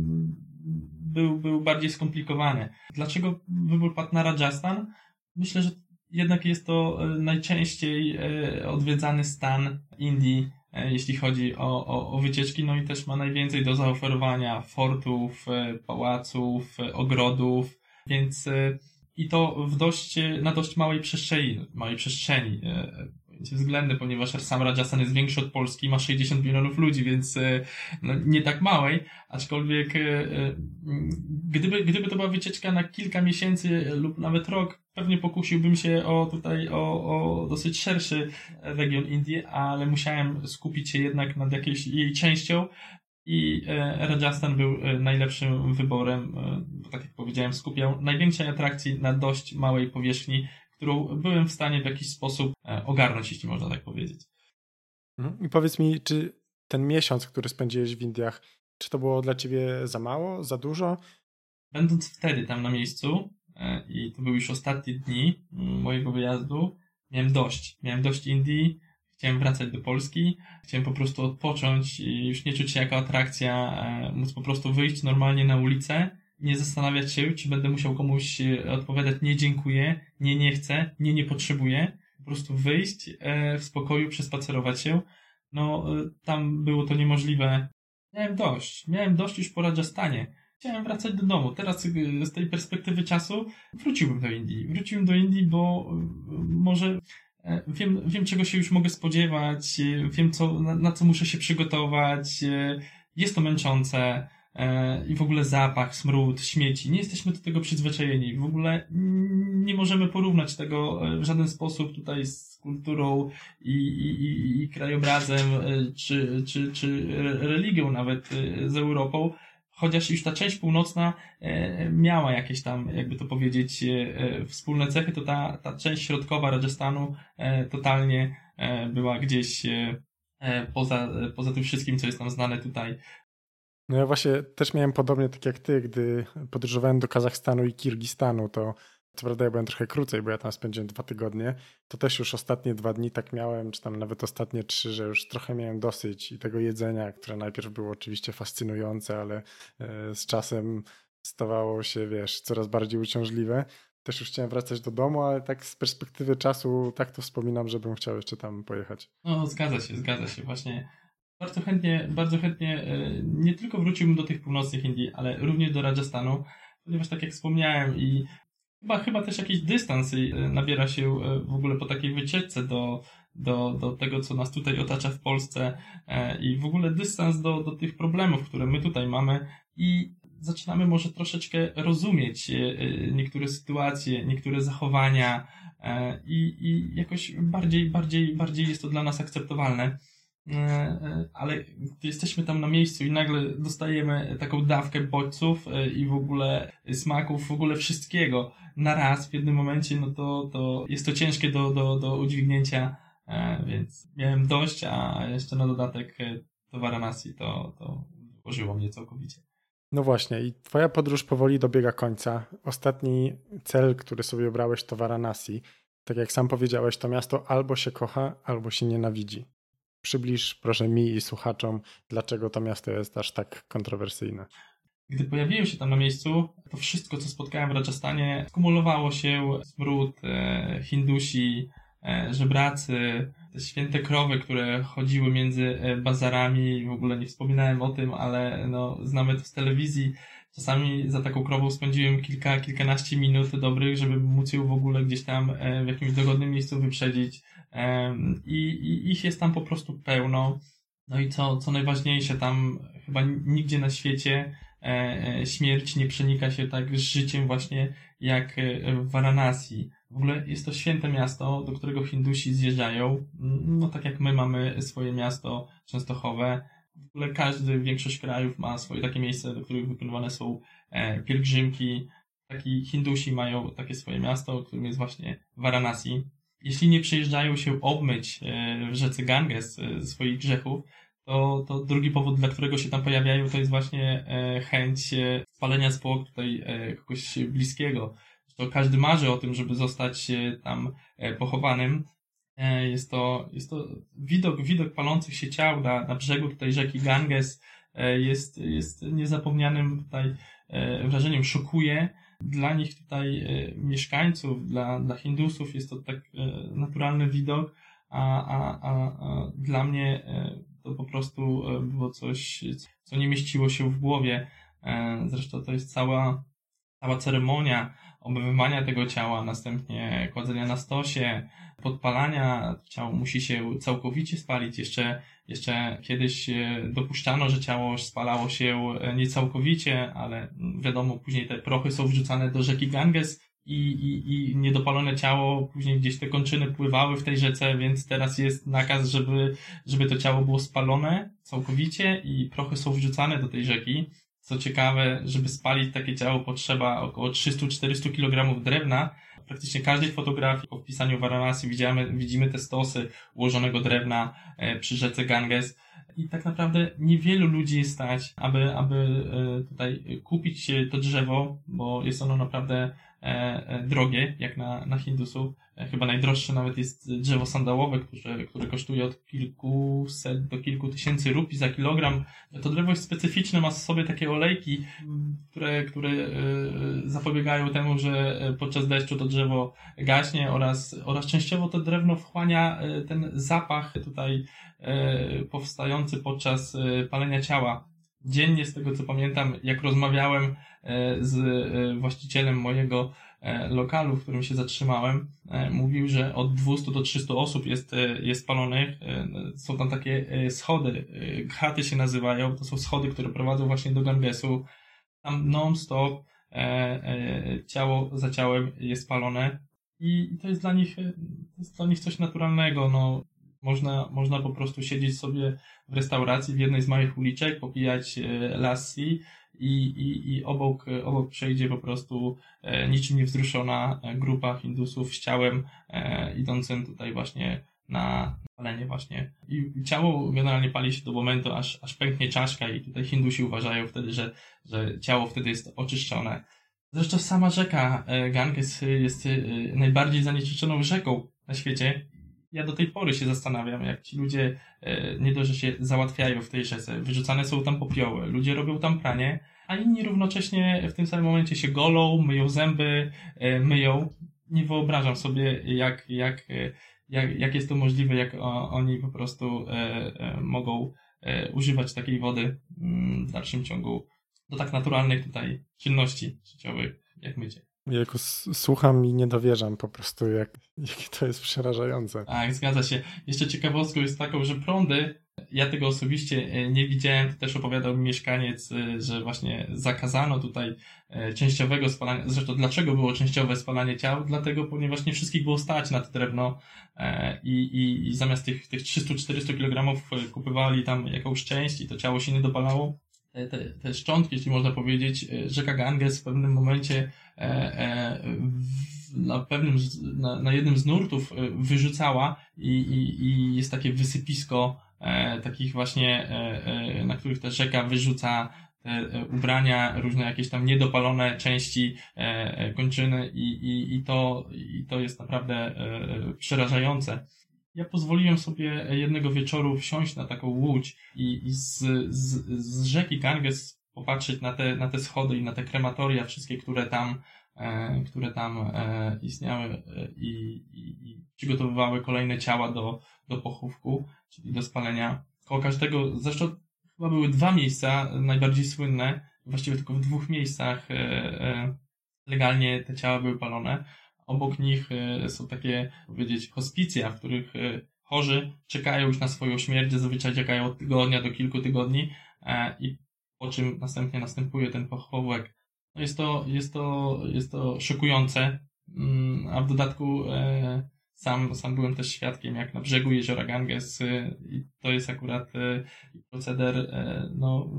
był, był bardziej skomplikowany. Dlaczego wybór padł na Rajasthan? Myślę, że jednak jest to najczęściej odwiedzany stan Indii, jeśli chodzi o, o, o wycieczki, no i też ma najwięcej do zaoferowania fortów, pałaców, ogrodów, więc i to w dość, na dość małej przestrzeni, małej przestrzeni. pojęcie względne, ponieważ sam Rajasthan jest większy od Polski i ma sześćdziesiąt milionów ludzi, więc no, nie tak małej, aczkolwiek gdyby, gdyby to była wycieczka na kilka miesięcy lub nawet rok, pewnie pokusiłbym się o tutaj o, o dosyć szerszy region Indii, ale musiałem skupić się jednak nad jakąś jej częścią i Rajasthan był najlepszym wyborem, bo tak jak powiedziałem, skupiał największej atrakcji na dość małej powierzchni, którą byłem w stanie w jakiś sposób ogarnąć, jeśli można tak powiedzieć. I powiedz mi, czy ten miesiąc, który spędziłeś w Indiach, czy to było dla ciebie za mało, za dużo? Będąc wtedy tam na miejscu i to były już ostatnie dni mojego wyjazdu, miałem dość. Miałem dość Indii, chciałem wracać do Polski, chciałem po prostu odpocząć i już nie czuć się jako atrakcja, móc po prostu wyjść normalnie na ulicę, nie zastanawiać się, czy będę musiał komuś odpowiadać nie dziękuję, nie nie chcę, nie nie potrzebuję. Po prostu wyjść w spokoju, przespacerować się. No tam było to niemożliwe. Miałem dość. Miałem dość już po Rajasthanie. Chciałem wracać do domu. Teraz z tej perspektywy czasu wróciłbym do Indii. Wróciłem do Indii, bo może wiem, wiem czego się już mogę spodziewać, wiem co, na, na co muszę się przygotować. Jest to męczące. I w ogóle zapach, smród, śmieci. Nie jesteśmy do tego przyzwyczajeni. W ogóle nie możemy porównać tego w żaden sposób tutaj z kulturą i, i, i krajobrazem, czy, czy, czy religią nawet z Europą. Chociaż już ta część północna miała jakieś tam, jakby to powiedzieć, wspólne cechy, to ta, ta część środkowa Rajasthanu totalnie była gdzieś poza, poza tym wszystkim, co jest nam znane tutaj. No ja właśnie też miałem podobnie tak jak ty, gdy podróżowałem do Kazachstanu i Kirgistanu, to co prawda ja byłem trochę krócej, bo ja tam spędziłem dwa tygodnie, to też już ostatnie dwa dni tak miałem, czy tam nawet ostatnie trzy, że już trochę miałem dosyć i tego jedzenia, które najpierw było oczywiście fascynujące, ale z czasem stawało się, wiesz, coraz bardziej uciążliwe. Też już chciałem wracać do domu, ale tak z perspektywy czasu tak to wspominam, że bym chciał jeszcze tam pojechać. No zgadza się, zgadza się właśnie. Bardzo chętnie, bardzo chętnie nie tylko wróciłbym do tych północnych Indii, ale również do Rajasthanu, ponieważ tak jak wspomniałem i chyba, chyba też jakiś dystans nabiera się w ogóle po takiej wycieczce do, do, do tego, co nas tutaj otacza w Polsce i w ogóle dystans do, do tych problemów, które my tutaj mamy i zaczynamy może troszeczkę rozumieć niektóre sytuacje, niektóre zachowania i, i jakoś bardziej, bardziej, bardziej jest to dla nas akceptowalne. Ale gdy jesteśmy tam na miejscu i nagle dostajemy taką dawkę bodźców i w ogóle smaków, w ogóle wszystkiego na raz w jednym momencie, no to, to jest to ciężkie do, do, do udźwignięcia, więc miałem dość, a jeszcze na dodatek to Varanasi to, to włożyło mnie całkowicie. No właśnie i twoja podróż powoli dobiega końca. Ostatni cel, który sobie obrałeś, to Varanasi. Tak jak sam powiedziałeś, to miasto albo się kocha, albo się nienawidzi. Przybliż proszę mi i słuchaczom, dlaczego to miasto jest aż tak kontrowersyjne. Gdy pojawiłem się tam na miejscu, to wszystko, co spotkałem w Rajasthanie, skumulowało się smród, e, Hindusi, e, żebracy, te święte krowy, które chodziły między bazarami, w ogóle nie wspominałem o tym, ale no, znamy to z telewizji. Czasami za taką krową spędziłem kilka, kilkanaście minut dobrych, żeby móc ją w ogóle gdzieś tam w jakimś dogodnym miejscu wyprzedzić. I, i ich jest tam po prostu pełno. No i co, co najważniejsze, tam chyba nigdzie na świecie śmierć nie przenika się tak z życiem właśnie jak w Varanasi. W ogóle jest to święte miasto, do którego Hindusi zjeżdżają. No tak jak my mamy swoje miasto częstochowe. W ogóle każdy, większość krajów ma swoje takie miejsce, do których wykonywane są e, pielgrzymki. Taki Hindusi mają takie swoje miasto, którym jest właśnie Varanasi. Jeśli nie przyjeżdżają się obmyć e, w rzece Ganges e, swoich grzechów, to, to drugi powód, dla którego się tam pojawiają, to jest właśnie e, chęć e, spalenia zwłok tutaj e, kogoś bliskiego. Zresztą każdy marzy o tym, żeby zostać e, tam e, pochowanym. Jest to, jest to widok, widok palących się ciał na, na brzegu tutaj rzeki Ganges jest, jest niezapomnianym tutaj wrażeniem, szokuje. Dla nich tutaj mieszkańców, dla, dla Hindusów jest to tak naturalny widok, a, a, a, a dla mnie to po prostu było coś, co nie mieściło się w głowie. Zresztą to jest cała cała ceremonia obmywania tego ciała, następnie kładzenia na stosie, podpalania, ciało musi się całkowicie spalić. Jeszcze, jeszcze kiedyś dopuszczano, że ciało spalało się nie całkowicie, ale wiadomo, później te prochy są wrzucane do rzeki Ganges i, i, i niedopalone ciało, później gdzieś te kończyny pływały w tej rzece, więc teraz jest nakaz, żeby, żeby to ciało było spalone całkowicie i prochy są wrzucane do tej rzeki. Co ciekawe, żeby spalić takie ciało potrzeba około trzysta do czterystu kilogramów drewna. W praktycznie każdej fotografii po wpisaniu Varanasi widzimy, widzimy te stosy ułożonego drewna przy rzece Ganges. I tak naprawdę niewielu ludzi jest stać, aby, aby tutaj kupić to drzewo, bo jest ono naprawdę drogie, jak na, na Hindusów. Chyba najdroższe nawet jest drzewo sandałowe, które, które kosztuje od kilkuset do kilku tysięcy rupii za kilogram. To drzewo jest specyficzne, ma w sobie takie olejki, które, które zapobiegają temu, że podczas deszczu to drzewo gaśnie oraz, oraz częściowo to drewno wchłania ten zapach tutaj powstający podczas palenia ciała. Dziennie, z tego co pamiętam, jak rozmawiałem z właścicielem mojego lokalu, w którym się zatrzymałem, mówił, że od dwustu do trzystu osób jest, jest palonych. Są tam takie schody, ghaty się nazywają, to są schody, które prowadzą właśnie do Gangesu. Tam non-stop ciało za ciałem jest palone i to jest dla nich, to jest dla nich coś naturalnego. No, można, można po prostu siedzieć sobie w restauracji w jednej z małych uliczek, popijać lassi i, i, i obok, obok przejdzie po prostu e, niczym niewzruszona grupa Hindusów z ciałem e, idącym tutaj właśnie na palenie właśnie. I, i ciało generalnie pali się do momentu, aż, aż pęknie czaszka i tutaj Hindusi uważają wtedy, że, że ciało wtedy jest oczyszczone. Zresztą sama rzeka Ganges jest najbardziej zanieczyszczoną rzeką na świecie. Ja do tej pory się zastanawiam, jak ci ludzie nie dość, że się załatwiają w tej rzece, wyrzucane są tam popioły, ludzie robią tam pranie, a inni równocześnie w tym samym momencie się golą, myją zęby, myją. Nie wyobrażam sobie, jak, jak, jak, jak jest to możliwe, jak oni po prostu mogą używać takiej wody w dalszym ciągu do tak naturalnych tutaj czynności życiowych, jak mycie. Jak słucham i nie dowierzam po prostu, jak, jakie to jest przerażające. Tak, zgadza się. Jeszcze ciekawostką jest taką, że prądy, ja tego osobiście nie widziałem, to też opowiadał mi mieszkaniec, że właśnie zakazano tutaj częściowego spalania. Zresztą dlaczego było częściowe spalanie ciał? Dlatego, ponieważ nie wszystkich było stać na to drewno i, i, i zamiast tych, tych trzysta do czterystu kilogramów kupywali tam jakąś część i to ciało się nie dopalało. Te, te szczątki, jeśli można powiedzieć, rzeka Ganges w pewnym momencie e, e, w, na pewnym, na, na jednym z nurtów wyrzucała i, i, i jest takie wysypisko e, takich właśnie, e, e, na których ta rzeka wyrzuca te ubrania, różne jakieś tam niedopalone części e, kończyny i, i, i, to, i to jest naprawdę e, przerażające. Ja pozwoliłem sobie jednego wieczoru wsiąść na taką łódź i, i z, z, z rzeki Ganges popatrzeć na te, na te schody i na te krematoria wszystkie, które tam, e, które tam e, istniały e, i, i, i przygotowywały kolejne ciała do, do pochówku, czyli do spalenia. Koło każdego, zresztą chyba były dwa miejsca najbardziej słynne, właściwie tylko w dwóch miejscach e, e, legalnie te ciała były palone. Obok nich są takie, powiedzieć, hospicja, w których chorzy czekają już na swoją śmierć, zazwyczaj czekają od tygodnia do kilku tygodni i po czym następnie następuje ten pochówek. No jest to, jest to, jest to szokujące, a w dodatku sam, sam byłem też świadkiem, jak na brzegu jeziora Ganges i to jest akurat proceder, no,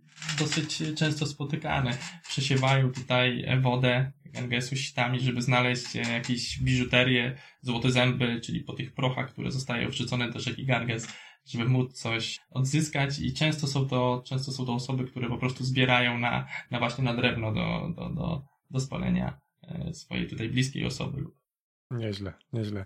dosyć często spotykany. Przesiewają tutaj wodę Gangesu sitami, żeby znaleźć jakieś biżuterię, złote zęby, czyli po tych prochach, które zostają wrzucone do rzeki Ganges, żeby móc coś odzyskać i często są to, często są to osoby, które po prostu zbierają na, na właśnie na drewno do, do, do, do spalenia swojej tutaj bliskiej osoby. Nieźle, nieźle.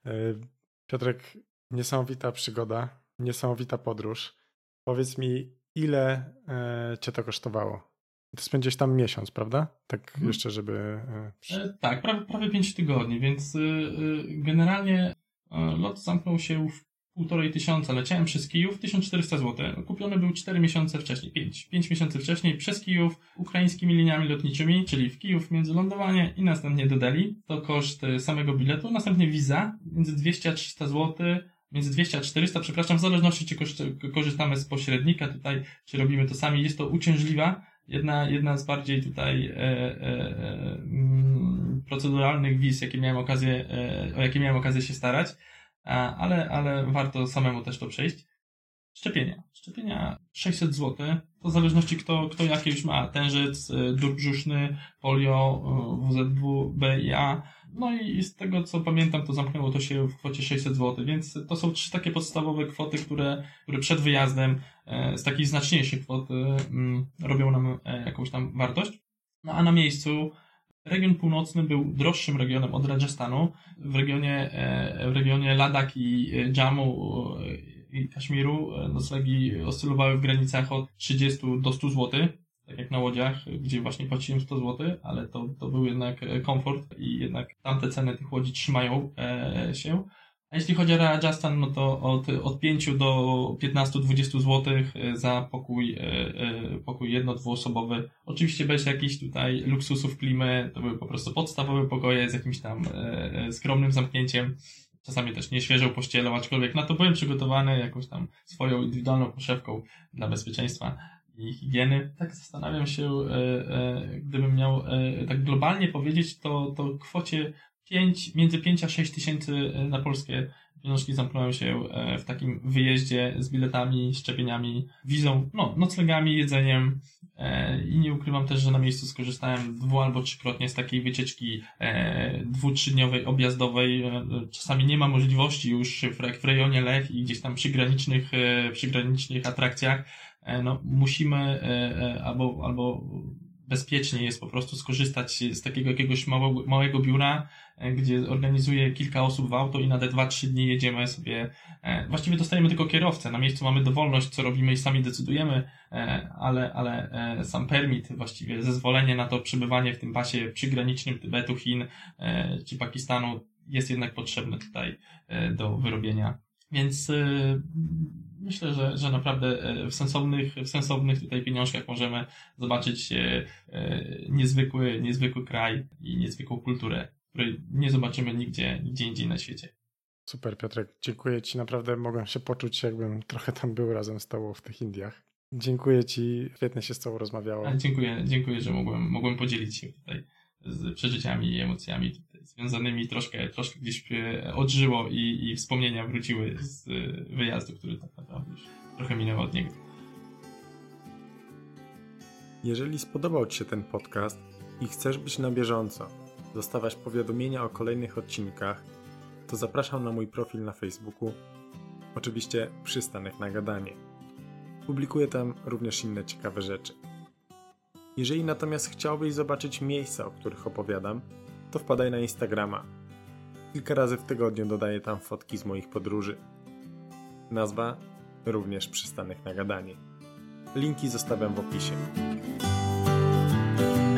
Piotrek, niesamowita przygoda, niesamowita podróż. Powiedz mi, ile e, cię to kosztowało? Ty spędziłeś tam miesiąc, prawda? Tak hmm. jeszcze, żeby... E, przy... e, tak, prawie, prawie pięć tygodni, więc e, generalnie e, lot zamknął się w półtorej tysiąca, leciałem przez Kijów, tysiąc czterysta złotych. Kupiony był cztery miesiące wcześniej, pięć, pięć miesięcy wcześniej przez Kijów ukraińskimi liniami lotniczymi, czyli w Kijów międzylądowanie i następnie do Delhi. To koszt samego biletu, następnie wiza między dwieście a trzysta złotych, między dwieście a czterysta, przepraszam, w zależności czy korzystamy z pośrednika tutaj, czy robimy to sami. Jest to uciążliwa, jedna, jedna z bardziej tutaj e, e, e, proceduralnych wiz, jakie miałem okazję, e, o jakie miałem okazję się starać. Ale, ale warto samemu też to przejść. Szczepienia. Szczepienia sześćset złotych. To w zależności kto, kto jakie już ma. Tężyc, dur brzuszny, polio, W Z W, B i A. No i z tego co pamiętam, to zamknęło to się w kwocie sześćset złotych, więc to są trzy takie podstawowe kwoty, które, które przed wyjazdem z takich znaczniejszych kwot mm, robią nam jakąś tam wartość. No a na miejscu region północny był droższym regionem od Rajasthanu. W regionie, w regionie Ladakh i Jammu i Kaszmiru noclegi oscylowały w granicach od trzydziestu do stu złotych, tak jak na łodziach, gdzie właśnie płaciłem sto złotych, ale to, to był jednak komfort i jednak tamte ceny tych łodzi trzymają się. A jeśli chodzi o Rajasthan, no to od, od pięciu do piętnastu do dwudziestu złotych za pokój, pokój jedno-, dwuosobowy. Oczywiście bez jakichś tutaj luksusów klimy, to były po prostu podstawowe pokoje z jakimś tam skromnym zamknięciem. Czasami też nieświeżą pościelą, aczkolwiek na to byłem przygotowany jakąś tam swoją indywidualną poszewką dla bezpieczeństwa i higieny. Tak zastanawiam się, gdybym miał tak globalnie powiedzieć, to, to kwocie pięć, między pięć a sześć tysięcy na polskie pieniążki zamknąłem się w takim wyjeździe z biletami, szczepieniami, wizą, no, noclegami, jedzeniem i nie ukrywam też, że na miejscu skorzystałem dwu albo trzykrotnie z takiej wycieczki dwu, trzydniowej, objazdowej. Czasami nie ma możliwości już w, w rejonie Lech i gdzieś tam przygranicznych, przygranicznych atrakcjach. No, musimy albo, albo bezpiecznie jest po prostu skorzystać z takiego jakiegoś małego, małego biura, gdzie organizuje kilka osób w auto i na te dwa trzy dni jedziemy sobie. Właściwie dostajemy tylko kierowcę. Na miejscu mamy dowolność, co robimy i sami decydujemy, ale, ale sam permit, właściwie zezwolenie na to przebywanie w tym pasie przygranicznym Tybetu, Chin czy Pakistanu jest jednak potrzebne tutaj do wyrobienia. Więc myślę, że, że naprawdę w sensownych, w sensownych tutaj pieniążkach możemy zobaczyć niezwykły, niezwykły kraj i niezwykłą kulturę, której nie zobaczymy nigdzie, nigdzie indziej na świecie. Super, Piotrek, dziękuję Ci. Naprawdę mogłem się poczuć, jakbym trochę tam był razem z Tobą w tych Indiach. Dziękuję Ci, świetnie się z Tobą rozmawiało. A dziękuję, dziękuję, że mogłem, mogłem podzielić się tutaj z przeżyciami i emocjami tutaj związanymi, troszkę, troszkę gdzieś odżyło i, i wspomnienia wróciły z wyjazdu, który tak naprawdę już trochę minęło od niego. Jeżeli spodobał Ci się ten podcast i chcesz być na bieżąco, dostawać powiadomienia o kolejnych odcinkach, to zapraszam na mój profil na Facebooku, oczywiście Przystanek na Gadanie. Publikuję tam również inne ciekawe rzeczy. Jeżeli natomiast chciałbyś zobaczyć miejsca, o których opowiadam, to wpadaj na Instagrama. Kilka razy w tygodniu dodaję tam fotki z moich podróży. Nazwa również Przystanek na Gadanie. Linki zostawiam w opisie.